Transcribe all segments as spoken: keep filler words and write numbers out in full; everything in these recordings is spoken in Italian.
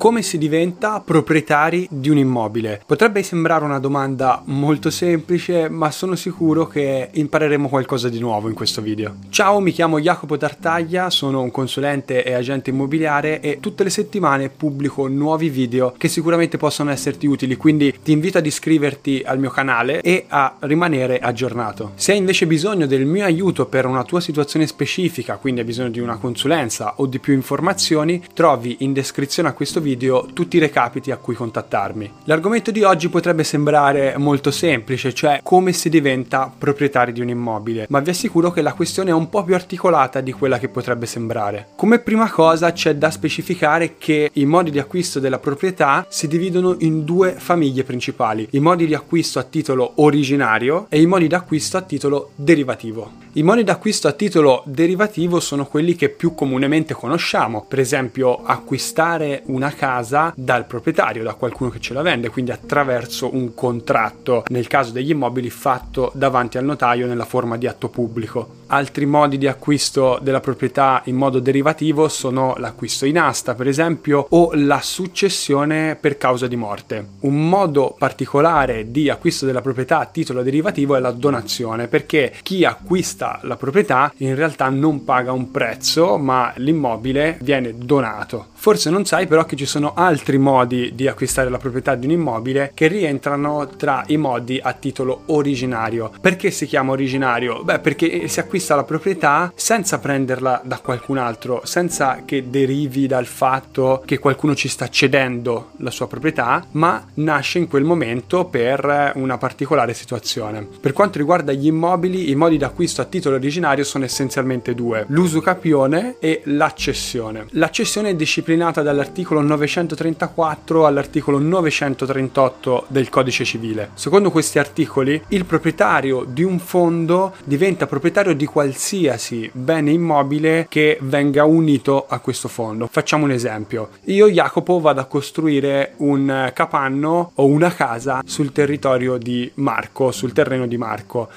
Come si diventa proprietari di un immobile? Potrebbe sembrare una domanda molto semplice, ma sono sicuro che impareremo qualcosa di nuovo in questo video. Ciao, mi chiamo Jacopo Tartaglia, sono un consulente e agente immobiliare e tutte le settimane pubblico nuovi video che sicuramente possono esserti utili, quindi ti invito ad iscriverti al mio canale e a rimanere aggiornato. Se hai invece bisogno del mio aiuto per una tua situazione specifica, quindi hai bisogno di una consulenza o di più informazioni, trovi in descrizione a questo video tutti i recapiti a cui contattarmi. L'argomento di oggi potrebbe sembrare molto semplice, cioè come si diventa proprietari di un immobile, ma vi assicuro che la questione è un po' più articolata di quella che potrebbe sembrare. Come prima cosa c'è da specificare che i modi di acquisto della proprietà si dividono in due famiglie principali: i modi di acquisto a titolo originario e i modi di acquisto a titolo derivativo. I modi d'acquisto a titolo derivativo sono quelli che più comunemente conosciamo, per esempio acquistare una casa dal proprietario, da qualcuno che ce la vende, quindi attraverso un contratto, nel caso degli immobili fatto davanti al notaio nella forma di atto pubblico. Altri modi di acquisto della proprietà in modo derivativo sono l'acquisto in asta, per esempio, o la successione per causa di morte. Un modo particolare di acquisto della proprietà a titolo derivativo è la donazione, perché chi acquista la proprietà in realtà non paga un prezzo, ma l'immobile viene donato. Forse non sai però che ci sono altri modi di acquistare la proprietà di un immobile che rientrano tra i modi a titolo originario. Perché si chiama originario? Beh, perché si acquista la proprietà senza prenderla da qualcun altro, senza che derivi dal fatto che qualcuno ci sta cedendo la sua proprietà, ma nasce in quel momento per una particolare situazione. Per quanto riguarda gli immobili, i modi d'acquisto a titolo originario sono essenzialmente due: l'usucapione e l'accessione. L'accessione è disciplinata dall'articolo novecentotrentaquattro all'articolo novecentotrentotto del Codice Civile. Secondo questi articoli, il proprietario di un fondo diventa proprietario di qualsiasi bene immobile che venga unito a questo fondo. Facciamo un esempio: io, Jacopo, vado a costruire un capanno o una casa sul territorio di Marco, sul terreno di Marco.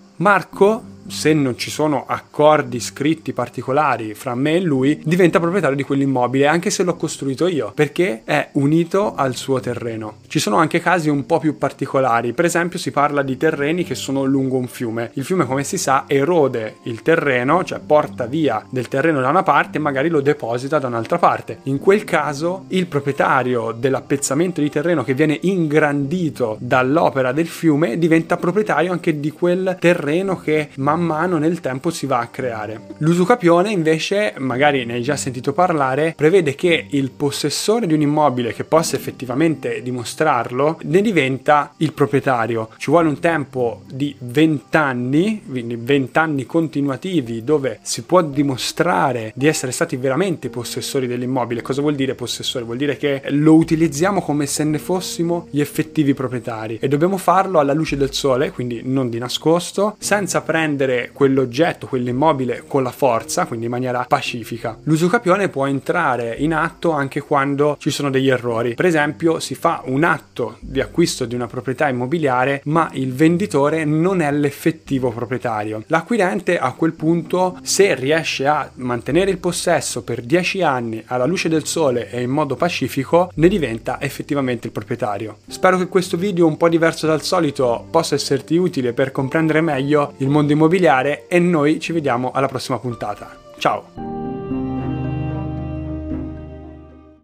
Marco, se non ci sono accordi scritti particolari fra me e lui, diventa proprietario di quell'immobile anche se l'ho costruito io, perché è unito al suo terreno. Ci sono anche casi un po' più particolari, per esempio si parla di terreni che sono lungo un fiume. Il fiume, come si sa, erode il terreno, cioè porta via del terreno da una parte e magari lo deposita da un'altra parte. In quel caso il proprietario dell'appezzamento di terreno che viene ingrandito dall'opera del fiume diventa proprietario anche di quel terreno che man mano nel tempo si va a creare. L'usucapione invece, magari ne hai già sentito parlare, prevede che il possessore di un immobile che possa effettivamente dimostrarlo ne diventa il proprietario. Ci vuole un tempo di venti anni, quindi venti anni continuativi dove si può dimostrare di essere stati veramente possessori dell'immobile. Cosa vuol dire possessore? Vuol dire che lo utilizziamo come se ne fossimo gli effettivi proprietari e dobbiamo farlo alla luce del sole, quindi non di nascosto, senza prendere quell'oggetto, quell'immobile con la forza, quindi in maniera pacifica. L'usucapione può entrare in atto anche quando ci sono degli errori. Per esempio, si fa un atto di acquisto di una proprietà immobiliare, ma il venditore non è l'effettivo proprietario. L'acquirente a quel punto, se riesce a mantenere il possesso per dieci anni alla luce del sole e in modo pacifico, ne diventa effettivamente il proprietario. Spero che questo video, un po' diverso dal solito, possa esserti utile per comprendere meglio il mondo immobiliare e noi ci vediamo alla prossima puntata. Ciao!